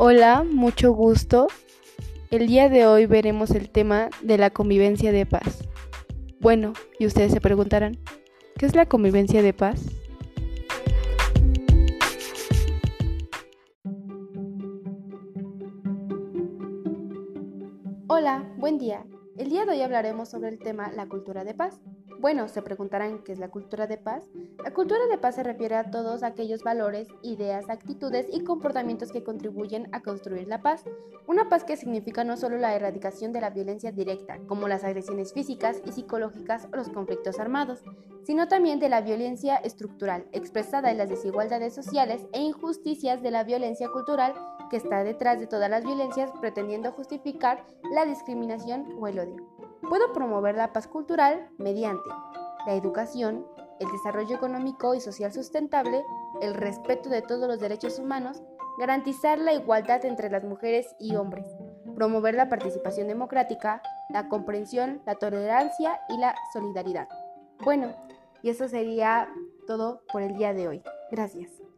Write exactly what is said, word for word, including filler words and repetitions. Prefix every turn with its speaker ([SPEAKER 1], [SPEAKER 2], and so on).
[SPEAKER 1] Hola, mucho gusto. El día de hoy veremos el tema de la convivencia de paz. Bueno, y ustedes se preguntarán, ¿qué es la convivencia de paz? Hola, buen día. El día de hoy hablaremos sobre el tema la cultura de paz. Bueno, se preguntarán qué es la cultura de paz. La cultura de paz se refiere a todos aquellos valores, ideas, actitudes y comportamientos que contribuyen a construir la paz. Una paz que significa no solo la erradicación de la violencia directa, como las agresiones físicas y psicológicas o los conflictos armados, sino también de la violencia estructural, expresada en las desigualdades sociales e injusticias de la violencia cultural que está detrás de todas las violencias pretendiendo justificar la discriminación o el odio. Puedo promover la paz cultural mediante la educación, el desarrollo económico y social sustentable, el respeto de todos los derechos humanos, garantizar la igualdad entre las mujeres y hombres, promover la participación democrática, la comprensión, la tolerancia y la solidaridad. Bueno, y eso sería todo por el día de hoy. Gracias.